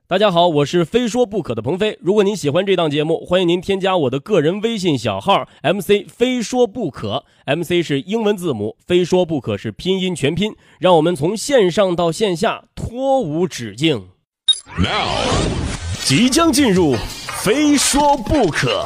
大家好，我是非说不可的鹏飞。如果您喜欢这档节目，欢迎您添加我的个人微信小号 MC 非说不可， MC 是英文字母，非说不可是拼音全拼，让我们从线上到线下脱无止境。 Now 即将进入非说不可。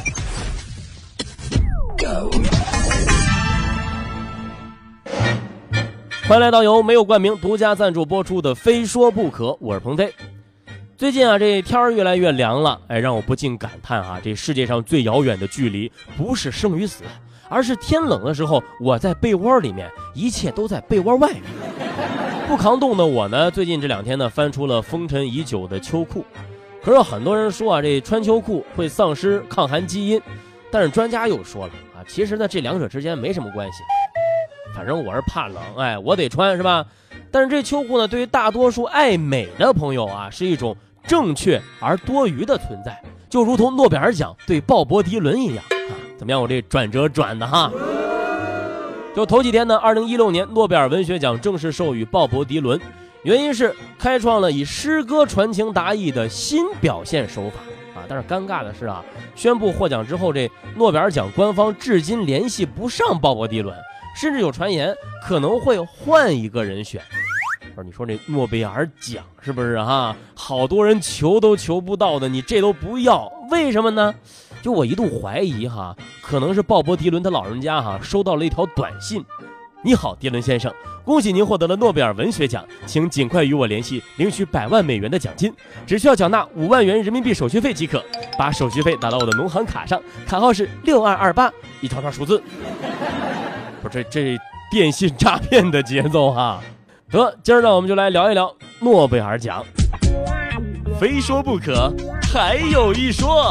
欢迎来到由没有冠名独家赞助播出的非说不可，我是鹏飞。最近啊，这天儿越来越凉了，让我不禁感叹啊，这世界上最遥远的距离不是生与死，而是天冷的时候我在被窝里面，一切都在被窝外面。不抗冻的我呢，最近这2天呢，翻出了风尘已久的秋裤。可是很多人说啊，这穿秋裤会丧失抗寒基因，但是专家又说了啊，其实呢，这两者之间没什么关系。反正我是怕冷，我得穿是吧？但是这秋裤呢，对于大多数爱美的朋友啊，是一种正确而多余的存在，就如同诺贝尔奖对鲍勃迪伦一样啊！怎么样，我这转折转的哈？就头几天呢，2016年诺贝尔文学奖正式授予鲍勃迪伦，原因是开创了以诗歌传情达意的新表现手法啊！但是尴尬的是啊，宣布获奖之后，这诺贝尔奖官方至今联系不上鲍勃迪伦，甚至有传言可能会换一个人选。你说这诺贝尔奖是不是啊？好多人求都求不到的，你这都不要，为什么呢？就我一度怀疑哈，可能是鲍勃迪伦他老人家收到了一条短信：你好，迪伦先生，恭喜您获得了诺贝尔文学奖，请尽快与我联系，领取100万美元的奖金，只需要缴纳5万元人民币手续费即可，把手续费打到我的农行卡上，卡号是6228，一串串数字。不是这电信诈骗的节奏哈。得，今儿呢我们就来聊一聊诺贝尔奖。非说不可，还有一说。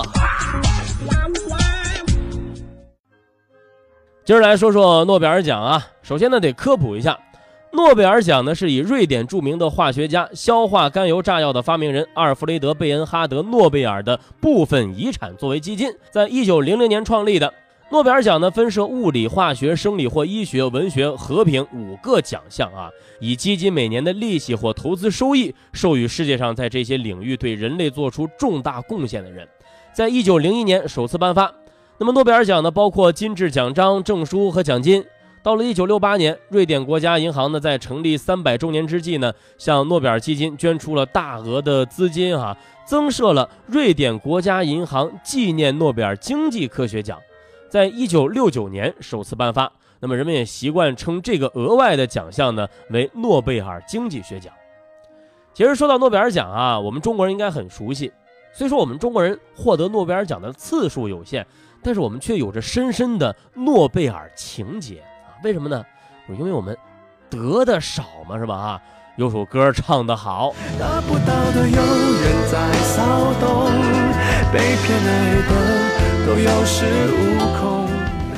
今儿来说说诺贝尔奖啊。首先呢得科普一下，诺贝尔奖呢是以瑞典著名的化学家、消化甘油炸药的发明人阿尔弗雷德·贝恩哈德·诺贝尔的部分遗产作为基金，在1900年创立的。诺贝尔奖呢分设物理、化学、生理或医学、文学、和平5个奖项啊，以基金每年的利息或投资收益授予世界上在这些领域对人类做出重大贡献的人。在1901年首次颁发。那么诺贝尔奖呢包括金质奖章、证书和奖金。到了1968年，瑞典国家银行呢在成立300周年之际呢，向诺贝尔基金捐出了大额的资金增设了瑞典国家银行纪念诺贝尔经济科学奖。在1969年首次颁发，那么人们也习惯称这个额外的奖项呢为诺贝尔经济学奖。其实说到诺贝尔奖啊，我们中国人应该很熟悉。虽说我们中国人获得诺贝尔奖的次数有限，但是我们却有着深深的诺贝尔情结啊！为什么呢？因为我们得的少嘛，是吧？有首歌唱得好， 得不到的有人在骚动，被偏爱的都有恃无恐。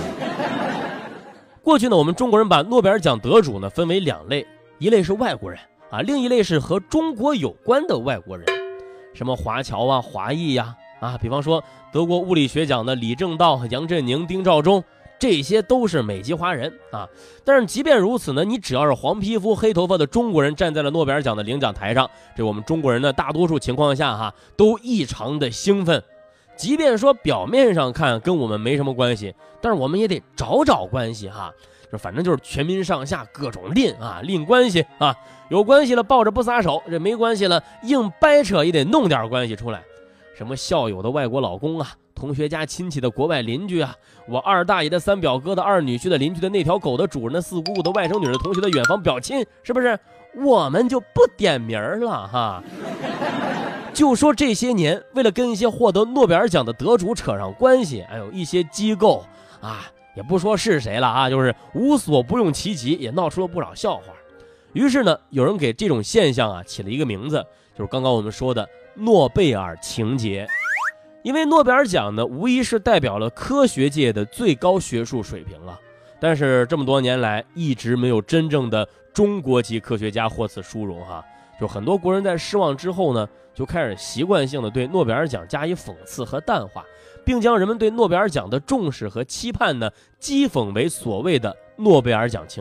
过去呢，我们中国人把诺贝尔奖得主呢分为2类，一类是外国人啊，另一类是和中国有关的外国人，什么华侨啊、华裔呀比方说德国物理学奖的李政道、杨振宁、丁肇中，这些都是美籍华人啊。但是即便如此呢，你只要是黄皮肤黑头发的中国人站在了诺贝尔奖的领奖台上，这我们中国人呢大多数情况下都异常的兴奋。即便说表面上看跟我们没什么关系，但是我们也得找关系就反正就是全民上下各种拎关系有关系了抱着不撒手，这没关系了硬掰扯也得弄点关系出来。什么校友的外国老公同学家亲戚的国外邻居我二大爷的三表哥的二女婿的邻居的那条狗的主人的四姑姑的外甥女的同学的远房表亲，是不是？我们就不点名了就说这些年为了跟一些获得诺贝尔奖的得主扯上关系，一些机构也不说是谁了就是无所不用其极，也闹出了不少笑话。于是呢，有人给这种现象起了一个名字，就是刚刚我们说的诺贝尔情结。因为诺贝尔奖呢，无疑是代表了科学界的最高学术水平了，但是这么多年来一直没有真正的中国籍科学家获此殊荣就很多国人在失望之后呢，就开始习惯性的对诺贝尔奖加以讽刺和淡化，并将人们对诺贝尔奖的重视和期盼呢，讥讽为所谓的诺贝尔奖情节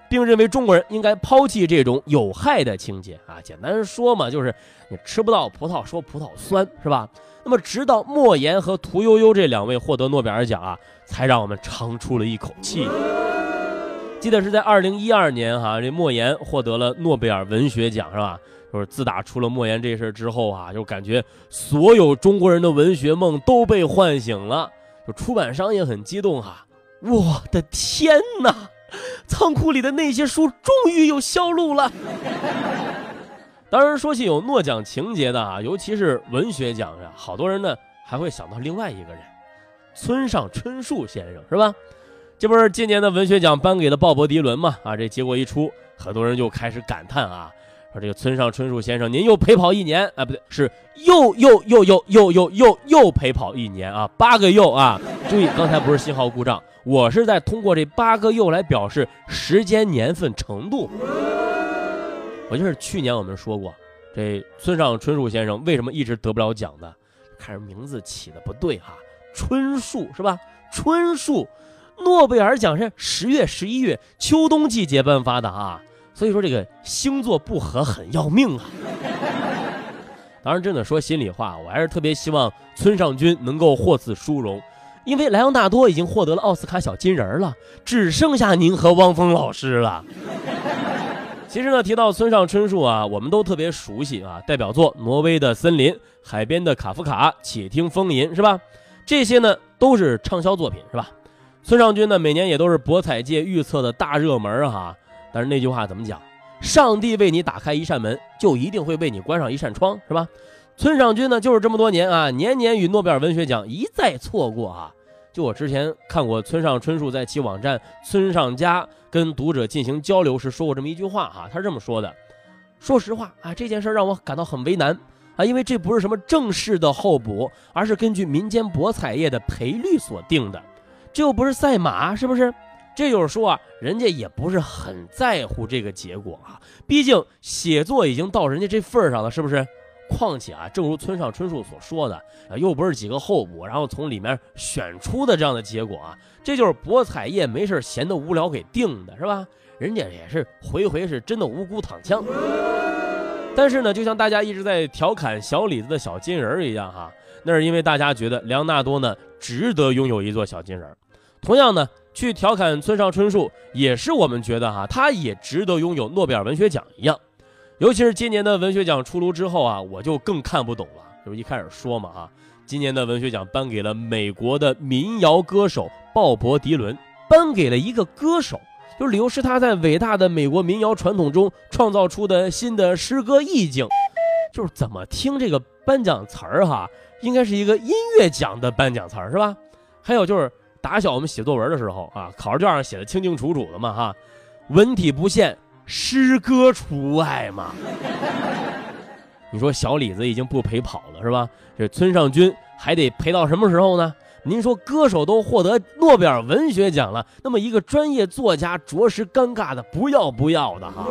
并认为中国人应该抛弃这种有害的情节啊。简单说嘛，就是你吃不到葡萄说葡萄酸，是吧？那么直到莫言和屠呦呦这2位获得诺贝尔奖啊，才让我们长出了一口气。记得是在2012年哈，这莫言获得了诺贝尔文学奖，是吧？就是自打出了莫言这事之后啊，就感觉所有中国人的文学梦都被唤醒了，就出版商也很激动哈。我的天哪，仓库里的那些书终于有销路了。当然说起有诺奖情节的啊，尤其是文学奖呀，好多人呢还会想到另外一个人，村上春树先生，是吧？这不是今年的文学奖颁给了鲍勃迪伦嘛？啊，这结果一出，很多人就开始感叹啊，说这个村上春树先生您又陪跑1年，啊不对，是又陪跑1年啊，8个又啊！注意，刚才不是信号故障，我是在通过这8个又来表示时间年份程度。我就是去年我们说过，这村上春树先生为什么一直得不了奖呢？看着名字起的不对哈，春树是吧？春树，诺贝尔奖是10月、11月秋冬季节颁发的啊，所以说这个星座不合很要命啊。当然，真的说心里话，我还是特别希望村上君能够获此殊荣，因为莱昂纳多已经获得了奥斯卡小金人了，只剩下您和汪峰老师了。其实呢，提到村上春树啊，我们都特别熟悉啊，代表作《挪威的森林》、《海边的卡夫卡》、《且听风吟》，是吧？这些呢都是畅销作品，是吧？村上君呢每年也都是博彩界预测的大热门啊。但是那句话怎么讲？上帝为你打开一扇门，就一定会为你关上一扇窗，是吧？村上君呢就是这么多年啊，年年与诺贝尔文学奖一再错过啊。就我之前看过村上春树在其网站村上家跟读者进行交流时说过这么一句话啊，他是这么说的：说实话啊，这件事让我感到很为难啊，因为这不是什么正式的候补，而是根据民间博彩业的赔率所定的，这又不是赛马，是不是？这就是说啊，人家也不是很在乎这个结果啊，毕竟写作已经到人家这份上了，是不是？况且啊，正如村上春树所说的，又不是几个候补，然后从里面选出的这样的结果啊，这就是博彩业没事闲得无聊给定的，是吧？人家也是回是真的无辜躺枪。但是呢，就像大家一直在调侃小李子的小金人一样哈，那是因为大家觉得莱昂纳多呢值得拥有一座小金人。同样呢，去调侃村上春树，也是我们觉得哈，他也值得拥有诺贝尔文学奖一样。尤其是今年的文学奖出炉之后啊，我就更看不懂了。就是一开始说嘛哈，今年的文学奖颁给了美国的民谣歌手鲍勃迪伦，颁给了一个歌手，就理由是他在伟大的美国民谣传统中创造出的新的诗歌意境。就是怎么听这个颁奖词儿哈，应该是一个音乐奖的颁奖词儿，是吧？还有就是打小我们写作文的时候啊，考试卷上写的清清楚楚的嘛哈，文体不限，诗歌除外嘛。你说小李子已经不陪跑了是吧？这村上君还得陪到什么时候呢？您说歌手都获得诺贝尔文学奖了，那么一个专业作家着实尴尬的不要的哈。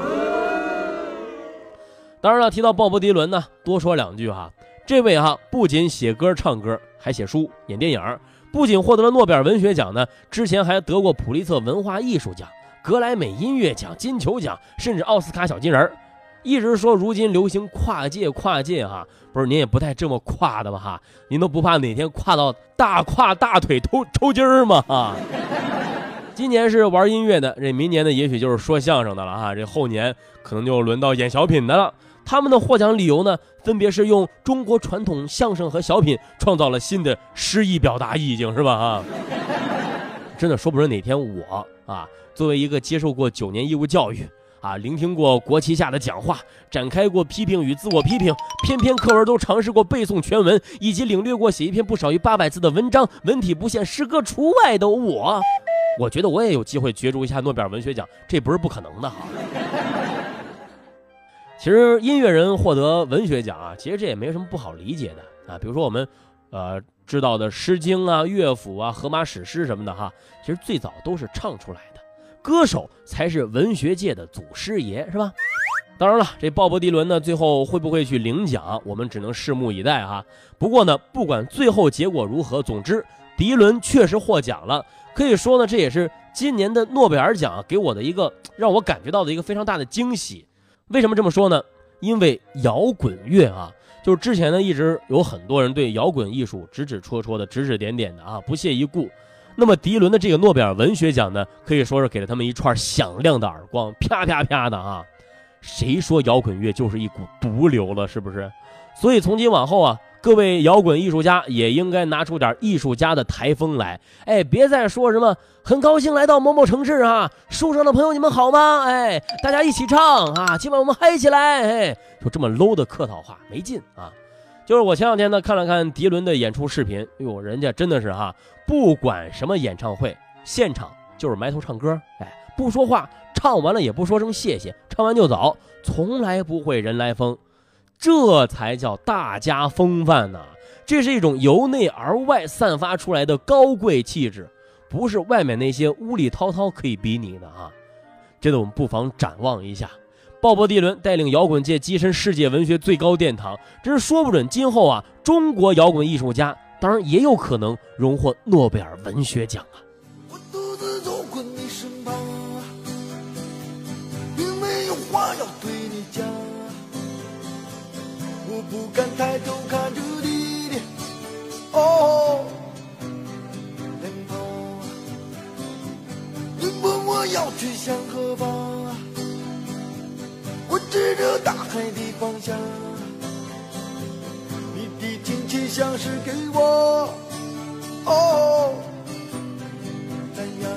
当然了，提到鲍勃迪伦呢，多说两句哈。这位哈不仅写歌唱歌，还写书演电影，不仅获得了诺贝尔文学奖呢，之前还得过普利策文化艺术奖、格莱美音乐奖、金球奖，甚至奥斯卡小金人。一直说如今流行跨界哈，不是您也不带这么跨的吧哈？您都不怕哪天跨到跨大腿抽筋儿吗哈？今年是玩音乐的，这明年的也许就是说相声的了哈，这后年可能就轮到演小品的了。他们的获奖理由呢，分别是用中国传统相声和小品创造了新的诗意表达意境，是吧哈？真的说不准哪天我啊，作为一个接受过9年义务教育啊，聆听过国旗下的讲话，展开过批评与自我批评，篇篇课文都尝试过背诵全文，以及领略过写一篇不少于800字的文章，文体不限，诗歌除外的我觉得我也有机会角逐一下诺贝尔文学奖，这不是不可能的哈。其实音乐人获得文学奖啊，其实这也没什么不好理解的啊。比如说我们知道的《诗经》啊、乐府啊、荷马史诗什么的哈，其实最早都是唱出来的，歌手才是文学界的祖师爷，是吧？当然了，这鲍勃迪伦呢，最后会不会去领奖，我们只能拭目以待哈。不过呢，不管最后结果如何，总之迪伦确实获奖了，可以说呢，这也是今年的诺贝尔奖给我的一个让我感觉到的一个非常大的惊喜。为什么这么说呢？因为摇滚乐啊，就是之前呢一直有很多人对摇滚艺术指指戳戳的、指指点点的啊，不屑一顾。那么迪伦的这个诺贝尔文学奖呢，可以说是给了他们一串响亮的耳光，啪啪啪的啊！谁说摇滚乐就是一股毒瘤了，是不是？所以从今往后啊，各位摇滚艺术家也应该拿出点艺术家的台风来，哎，别再说什么很高兴来到某某城市啊，树上的朋友你们好吗？哎，大家一起唱啊，今晚我们嗨起来！哎，就这么 low 的客套话没劲啊。就是我前两天呢看了看迪伦的演出视频，哎呦，人家真的是哈，不管什么演唱会，现场就是埋头唱歌，哎，不说话，唱完了也不说声谢谢，唱完就走，从来不会人来疯，这才叫大家风范呢。这是一种由内而外散发出来的高贵气质，不是外面那些乌里滔滔可以比拟的啊。真的，我们不妨展望一下。鲍勃迪伦带领摇滚界跻身世界文学最高殿堂，真是说不准今后啊，中国摇滚艺术家当然也有可能荣获诺贝尔文学奖啊。 我独自走过你身旁，并没有话要对你讲，我不敢抬头看着你的脸庞，你问我要去向何方，我指着大海的方向，你的亲切像是给我赞扬。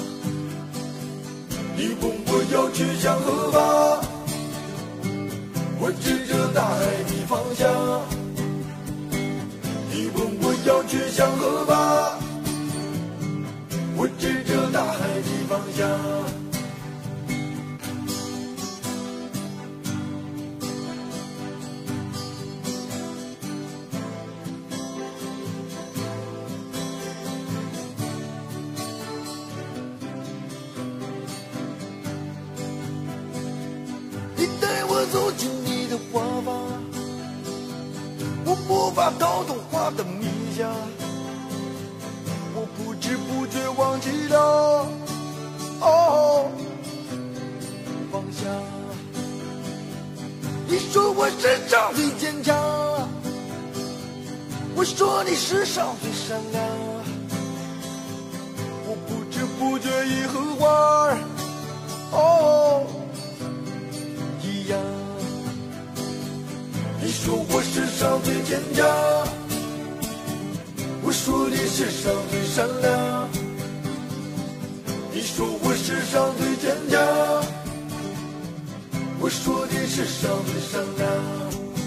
你问我要去向何方，我指着大海的方向。你问我要去向何方，我指着大海的方向。走进你的花房，我无法逃脱花的迷香，我不知不觉忘记了方向。你说我世上最坚强，我说你世上最善良，我不知不觉已和花一样。你说我世上最坚强，我说你世上最善良。你说我世上最坚强，我说你世上最善良。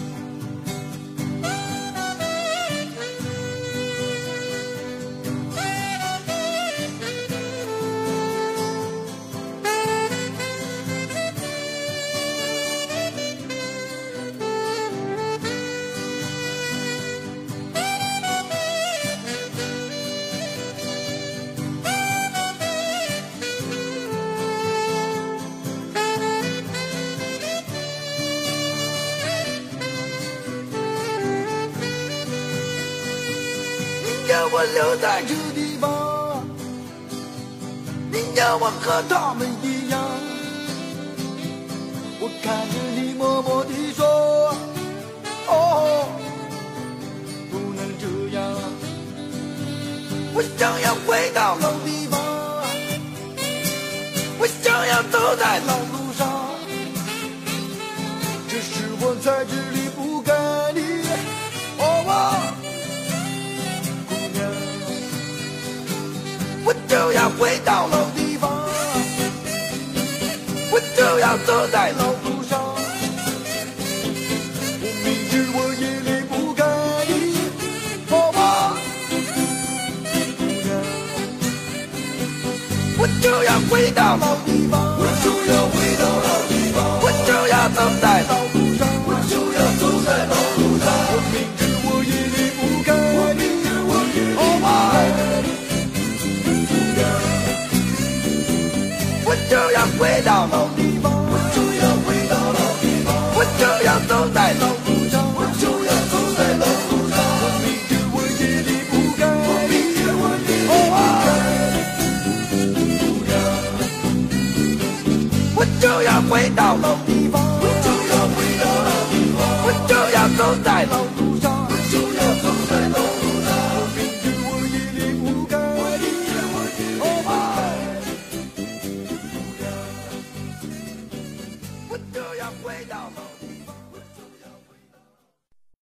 让我留在这地方，你让我和他们一样。我看着你默默地说不能这样。我想要回到老地方，我想要走在老路上，这是我在这里不该离我就要回到老地方，我就要走在老路上，我明知我也离不开你，我就要回到老地方，我就要回到老地方，我就要走在老路上，我就要走在老路上，我明知我也离不开你，我明知我也离不开你。我就要回到老地方，我就要回到老地方，我就要走在老路上，我就要走在老路上，我明知我也离不开，我明知我也离不开。 到老地方，我就要回到老地方，我就要走在老路上，我就要走在老路上。我明知我一离不开，我一离不开，我就要回到老地方。